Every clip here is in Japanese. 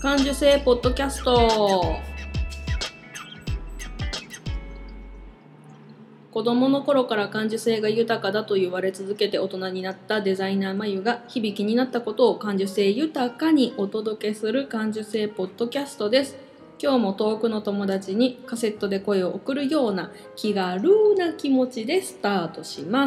感受性ポッドキャスト。子供の頃から感受性が豊かだと言われ続けて大人になったデザイナーまゆが日々気になったことを感受性豊かにお届けする感受性ポッドキャストです。今日も遠くの友達にカセットで声を送るような気軽な気持ちでスタートします。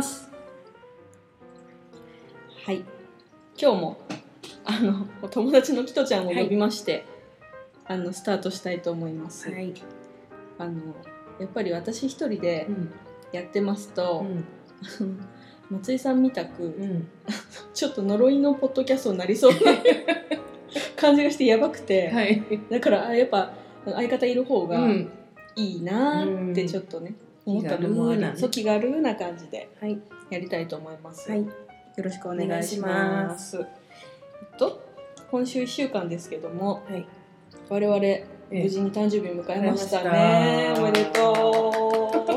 はい、今日もお友達のキトちゃんを呼びまして、スタートしたいと思います。 はい、 やっぱり私一人でやってますと、松井さんみたく、ちょっと呪いのポッドキャストになりそうな感じがしてやばくて、 はい、 だからやっぱ相方いる方がいいなってちょっとね、思ったのもあり、そう気軽な感じでやりたいと思います。 はい、 よろしくお願いします。今週1週間ですけども、我々無事に誕生日を迎えましたね。おめでとう。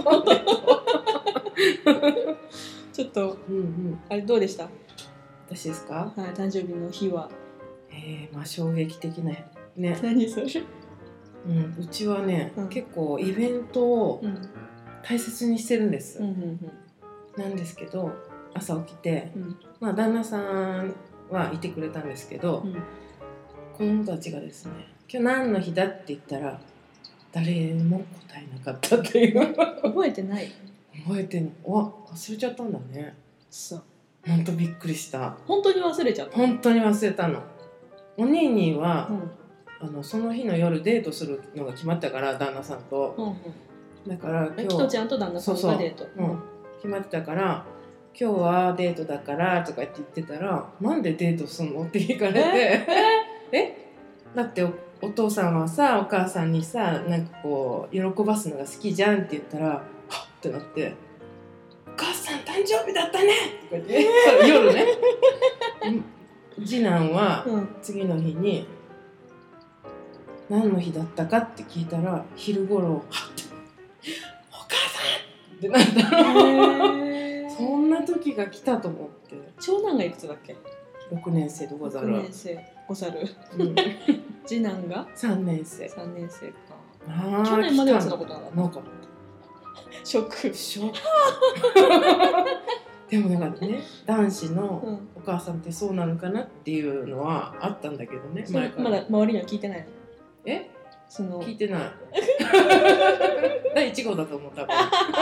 ちょっと、あれどうでした？ 私ですか？ はい、誕生日の日は。 まあ衝撃的なね。 何それ？ うちはね、結構イベントを大切にしてるんです。なんですけど、朝起きて、まあ旦那さんはいてくれたんですけど、子供たちがですね、今日何の日だって言ったら誰も答えなかったっていう。 覚えてない？ 覚えてんの？忘れちゃったんだね。 そう。 ほんとびっくりした。 本当に忘れちゃった？ 本当に忘れたの。お兄には、その日の夜デートするのが決まったから、旦那さんと、だから今日キトちゃんと旦那さんがデート、 決まってたから、今日はデートだからとか言ってたら、なんでデートすんのって聞かれて、だってお父さんはさ、お母さんにさ、なんかこう喜ばすのが好きじゃんって言ったら、はっってなって、お母さん誕生日だったねとか言って、夜ね次男は次の日に、何の日だったかって聞いたら、昼頃はっお母さんってなったの。そんな時が来たと思って。 長男がいくつだっけ ？6年生でござる。 6年生ござる、次男が 3年生。 3年生か。去年まではそんなことなかった。 なんかショックでもなんかね、男子のお母さんってそうなのかなっていうのはあったんだけどね。 まだ周りには聞いてないの？ 聞いてない第1号だと思った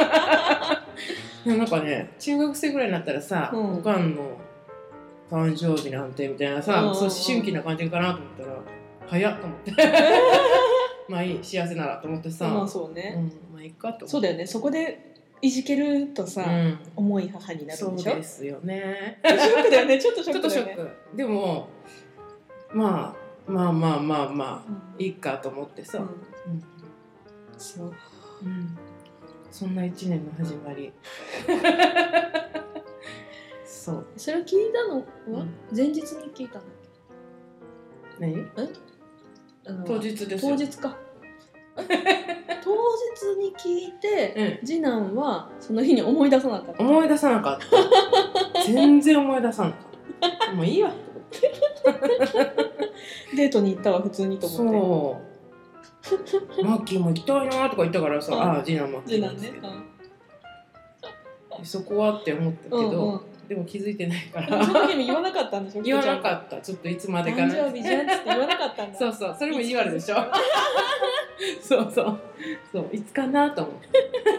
なんかね、中学生ぐらいになったらさ、おかんの誕生日なんてみたいなさ、そう思春期な感じかなと思ったら早っと思ってまあいい、幸せならと思ってさ、 まあそうね、 まあいいかと思って。 そうだよね、そこでいじけるとさ、重い母になるんでしょ。 そうですよね。 ショックだよね、ちょっとショックだよね。 でもまあいいかと思ってさ、そう、そんな1年の始まりそう。 それを聞いたのは、前日に聞いたの？ 何？当日ですよ。 当日か当日に聞いて、次男はその日に思い出さなかった。 思い出さなかった全然思い出さなかったもういいわデートに行ったわ普通にと思って。 そうマッキーも行きたいなとか言ったからさ、次男マッキーなんですけど、そこはって思ったけど、でも気づいてないからその時に言わなかったんでしょ。 言わなかった。ちょっといつまでかな、 誕生日じゃんって言わなかったんだそうそれも意地悪でしょそういつかなと思って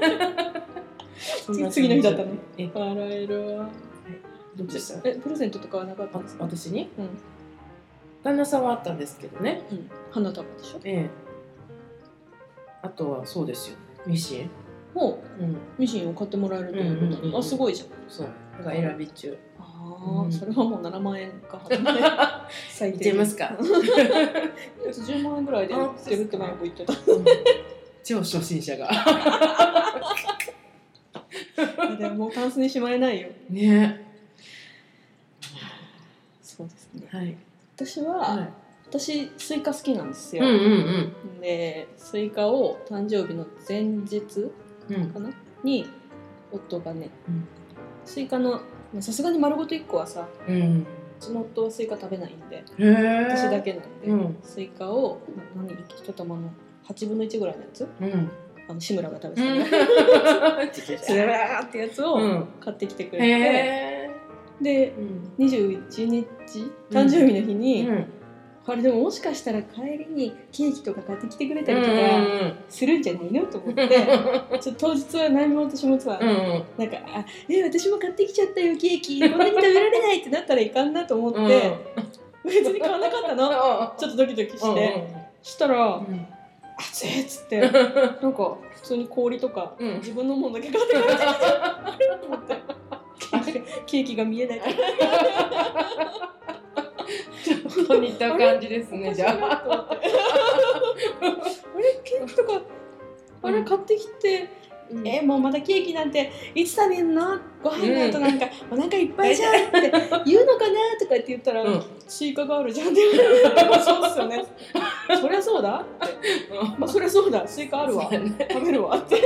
次の日だったね。笑えるわ。 どっちでした？ プレゼントとかはなかったんですか？ 私に？旦那さんはあったんですけどね。 花束でしょ。 あとはそうですよ、ミシン。 ミシンを買ってもらえるということに、すごいじゃん。 そうだから選び中。 それはもう7万円か8万円最低。 いけますか 10万円ぐらいで売ってるって前も言ってた超初心者がでももうタンスにしまえないよね。 そうですね。 はい。 私スイカ好きなんですよ。でスイカを誕生日の前日かな、に夫がね、スイカのさすがに丸ごと1個はさ、 ちの夫はスイカ食べないんで、 へ私だえ。 けなんで、 うんスイカを一玉の8分の1ぐらいのやつ、志村が食べてたね、スラーってやつを買ってきてくれて、 へで、21日誕生日の日に、これでももしかしたら帰りにケーキとか買ってきてくれたりとかするんじゃないのと思って、ちょっと当日は何も私もさ、なんか私も買ってきちゃったよケーキ、こんなに食べられないってなったらいかんなと思って、別に買わなかったの。ちょっとドキドキして、したら熱いっつってなんか普通に氷とか、自分のものだけ買って帰ってきてあれと思ってケーキが見えないからちょっと似た感じですね。じゃああれケーキとかあれ買ってきて、もうまたケーキなんていつ食べんの、ご飯の後なんかお腹いっぱいじゃんって言うのかなとかって言ったら、スイカがあるじゃんって言われてそうですよね、そりゃそうだって、そりゃそうだ、スイカあるわ、食べるわって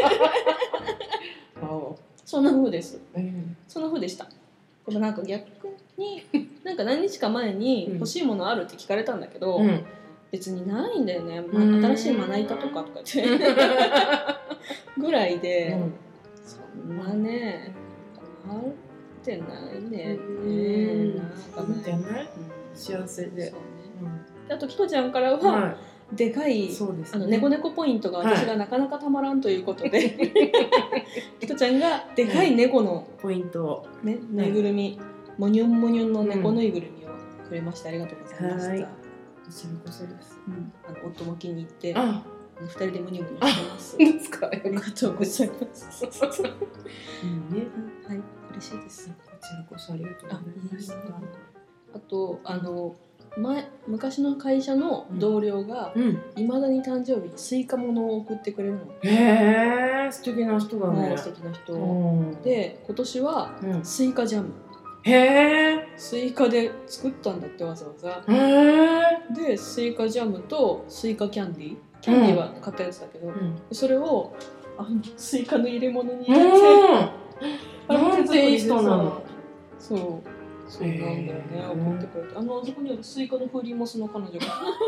そんな風です、そんな風でした。でもなんか逆になんか何日か前に欲しいものあるって聞かれたんだけど、別にないんだよね、新しいまな板とかってぐらいで、そんなねあってないね。なんかね、 幸せで。 そうね。あとキトちゃんからは、でかい猫猫ポイントが私がなかなかたまらんということで、キトちゃんがでかい猫のポイントね、ぬいぐるみ、モニュンモニュンの猫ぬいぐるみをくれまして、ありがとうございました。 こちらこそです。 夫も気に入って2人でムニュムニュしてます。 ですか。 ありがとうございます。 いいね。 はい、嬉しいです。 こちらこそありがとうございました。 あと昔の会社の同僚がいまだに誕生日にスイカものを送ってくれるの。 へえ、素敵な人だね。 素敵な人で、今年はスイカジャム。 へえ。 スイカで作ったんだってわざわざ。でスイカジャムとスイカキャンディーは買ったやつだけど、それをスイカの入れ物に入れて、 なんていい人なの。 そうなんだよね、送ってくれて、あそこにあるスイカのフリモスの彼女が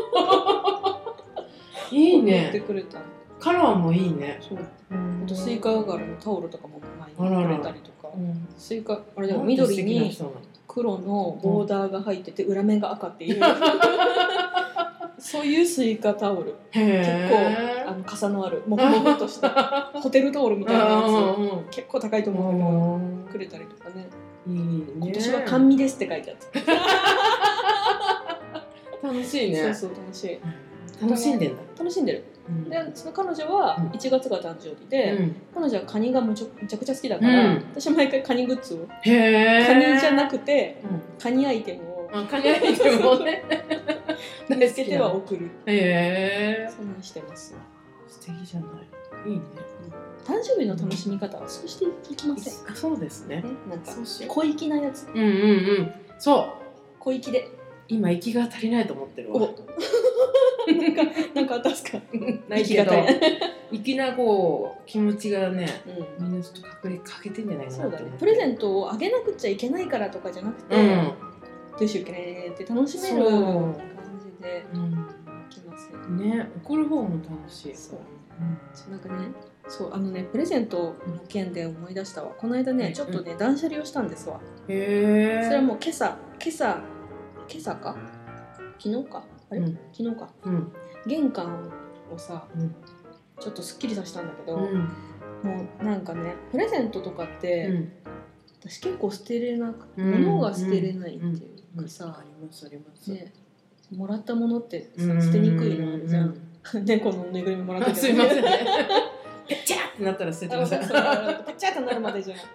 いいね、 送ってくれた。 カラーもいいね。 そう、あとスイカ柄のタオルとかも前にくれたりとか、スイカあれでも緑に黒のボーダーが入ってて裏面が赤っていうそういうスイカタオル、結構傘のあるモコモコとしたホテルタオルみたいなやつを結構高いと思うんだけどくれたりとかね。今年は甘味ですって書いてあった楽しいね。そう楽しい。楽しんでんだ。楽しんでる。でその彼女は1月が誕生日で、彼女はカニがむちゃくちゃ好きだから、私毎回カニグッズを、カニじゃなくてカニアイテムをね見つけては送る。そんなにしてます。 素敵じゃない。いいね。 誕生日の楽しみ方はそうしていきません。 そうですね。 なんか小粋なやつ。 そう。 小粋で。 今息が足りないと思ってるわ。 なんかあったんすか。 ないけど。粋なこう気持ちがね、みんなちょっとかけてんじゃないかな。そうだね。 プレゼントをあげなくちゃいけないからとかじゃなくて、どうしようかねって楽しめる感じできますね。送る方も楽しい。 そう。なんかね。プレゼントの件で思い出したわ。この間ね、ちょっとね、断捨離をしたんですわ。それはもう今朝か昨日か昨日か、玄関をさ、ちょっとすっきりさせたんだけど、もうなんかね、プレゼントとかって、私結構捨てれなく、物が捨てれないっていうかさ、ね、もらったものってさ捨てにくいのあるじゃん。猫のぬいぐるみもらったけど、 すいませんね。ペチャーってなったら捨ててください。 ペチャーってなるまでじゃん。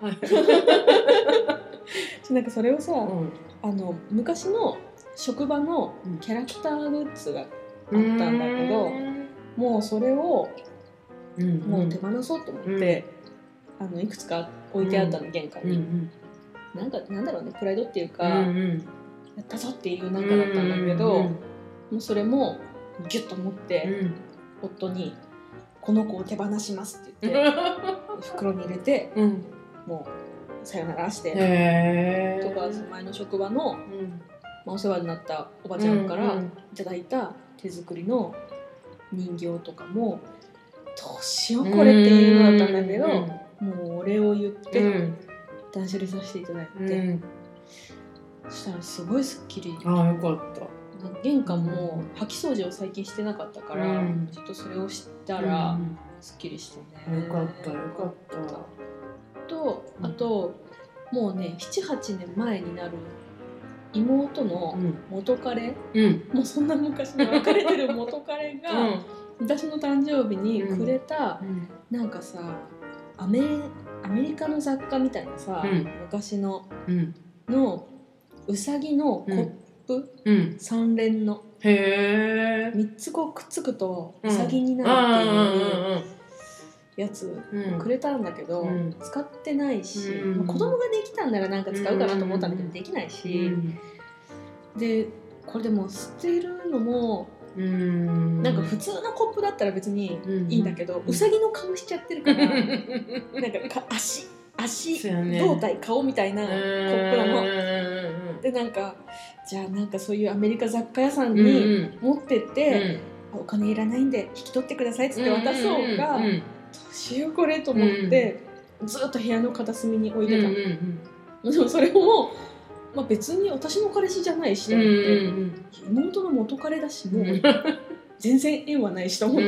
なんかそれをさ、昔の職場のキャラクターグッズがあったんだけど、もうそれをもう手放そうと思って、いくつか置いてあったの、玄関に。なんだろうね、プライドっていうか、やったぞっていうなんかだったんだけど、もうそれもギュッと持って、夫にこの子を手放しますって言って袋に入れて、もうさよならしてとか、前の職場のお世話になったおばちゃんからうんいただいた手作りの人形とかもどうしようこれっていうのだったんだけど、もうお礼を言って断捨離させていただいて、そしたらすごいすっきり。 ああよかった。 玄関も掃き掃除を最近してなかったから、ちょっとそれをしたらすっきりしたね。 よかったよかった。 とあと、もうね 7,8 年前になる妹の元彼、もうそんな昔に別れてる元彼が、私の誕生日にくれた、なんかさアメリカの雑貨みたいなさ、昔の、うさぎのコップ、3連のへ 3つこうくっつくとうさぎになるっていうやつくれたんだけど、使ってないし、子供ができたんならなんか使うかなと思ったんだけど、できないし、でこれでも捨てるのもなんか普通のコップだったら別にいいんだけど、うさぎの顔しちゃってるからなんか足、胴体、顔みたいなコップなの。でなんかじゃあなんかそういうアメリカ雑貨屋さんに持ってって、お金いらないんで引き取ってくださいっつって渡そうが、どうしようこれと思って、ずっと部屋の片隅に置いてたの。でもそれもまあ、別に私の彼氏じゃないしと思って、妹の元彼だしもう全然縁はないしと思って、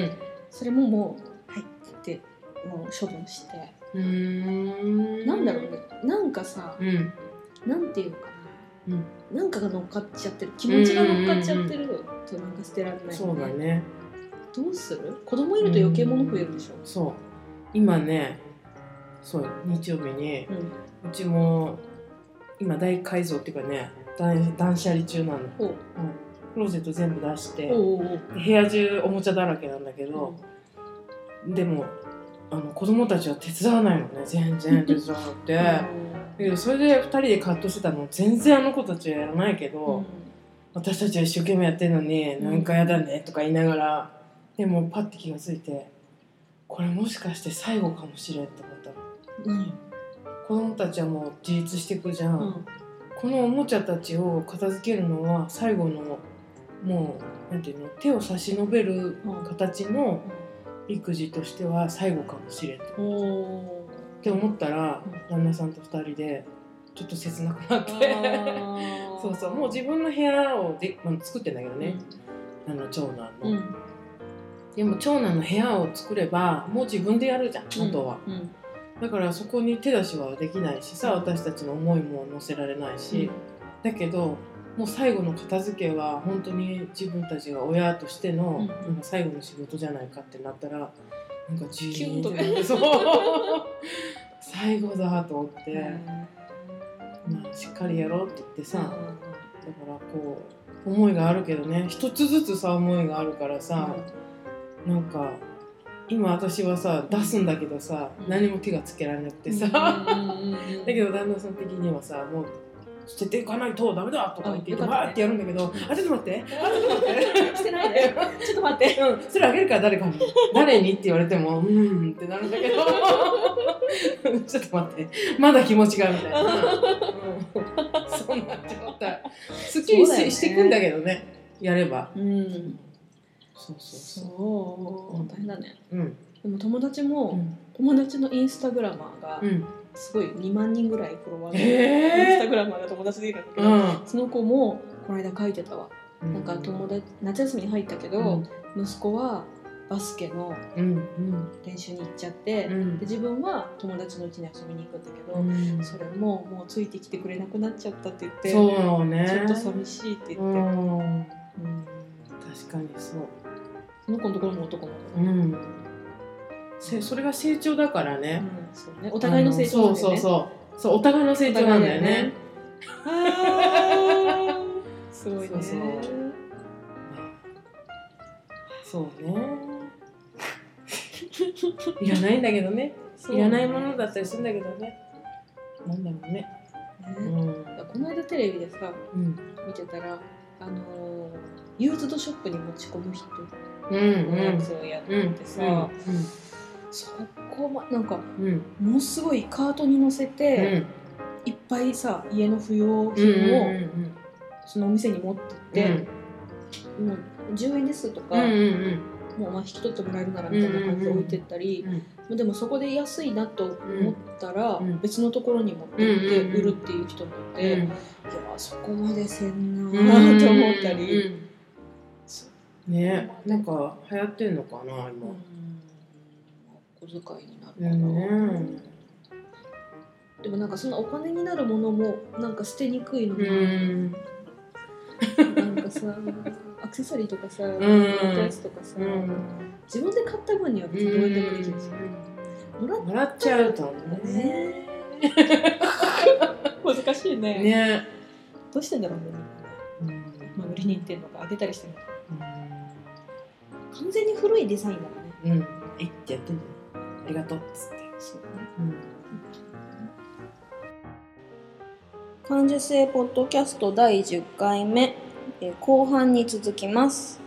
それももうはいってもう処分して、なんだろうね、なんかさ、なんていうかな、なんかが乗っかっちゃってる、気持ちが乗っかっちゃってるとなんか捨てられないよね。 そうだね。 どうする？子供いると余計物増えるでしょ。 そう今ね、そう日曜日に、うちも今大改造っていうかね、断捨離中なの。クローゼット全部出して部屋中おもちゃだらけなんだけど、でも子供たちは手伝わないのね、全然手伝わなくてだけどそれで2人で葛藤してたの。全然あの子たちはやらないけど、私たちは一生懸命やってるのになんかやだねとか言いながら、でもパッて気がついて、これもしかして最後かもしれんって思ったの。子供たちはもう自立していくじゃん、このおもちゃたちを片付けるのは最後のもうなんていうの、手を差し伸べる形の育児としては最後かもしれんって思ったら、旦那さんと2人でちょっと切なくなってそうそう、もう自分の部屋を作ってんだけどね、長男の、でも長男の部屋を作ればもう自分でやるじゃん、あとは、だからそこに手出しはできないしさ、私たちの思いも乗せられないし、だけどもう最後の片付けは本当に自分たちが親としてのなんか最後の仕事じゃないかってなったら、なんかキュンとねそう最後だと思って、まあ、しっかりやろうって言ってさ、だからこう思いがあるけどね、一つずつさ思いがあるからさ、なんか今私はさ出すんだけどさ、何も手がつけられなくてさだけど旦那さん的にはさ、もう捨てていかないとダメだとか言ってわーってやるんだけど、ちょっと待ってしてないでちょっと待って、 それあげるから誰にって言われてもってなるんだけどちょっと待ってまだ気持ちがみたいなそんな状態すっきりしていくんだけどね、やれば。 そう大変だね。でも友達も、友達のインスタグラマーがすごい2万人ぐらいフォロワーのインスタグラマーが友達でいるんだけど、その子もこの間書いてたわ。なんか夏休みに入ったけど、息子はバスケの練習に行っちゃって、で自分は友達の家に遊びに行くんだけど、それももうついてきてくれなくなっちゃったって言って、 そうね、 ちょっと寂しいって言って、 確かにそう。 その子のところも男の子、 それが成長だからね、 そうね、お互いの成長なんだよね。 そうお互いの成長なんだよね。 すごいね。 そうねいらないんだけどね、いらないものだったりするんだけどね、なんだろうね。 この間テレビでさ、見てたらユーズドショップに持ち込む人のやつをやってさ、そこなんかものすごいカートに乗せて、いっぱいさ家の不要品をそのお店に持ってって、もう10円ですとか、もうまあ引き取ってもらえるならみたいな感じで置いてったり、でもそこで安いなと思ったら別のところに持ってって売るっていう人もいて、いやそこまでせんなーって思ったり、 ね、なんか流行ってんのかな今。 小遣いになるかな。でもなんかそのお金になるものもなんか捨てにくいのも、なんかさアクセサリーとかさ、やつとかさ、自分で買った分には別にどうやってもできるし、 もらっちゃうとね。 難しいね。 ね。 どうしてんだろうね。まあ売りに行ってんのかあげたりしてるのか。完全に古いデザインだもんね。 えってやってんじゃない。ありがとうっつって。 そうね。感受性ポッドキャスト第10回目、後半に続きます。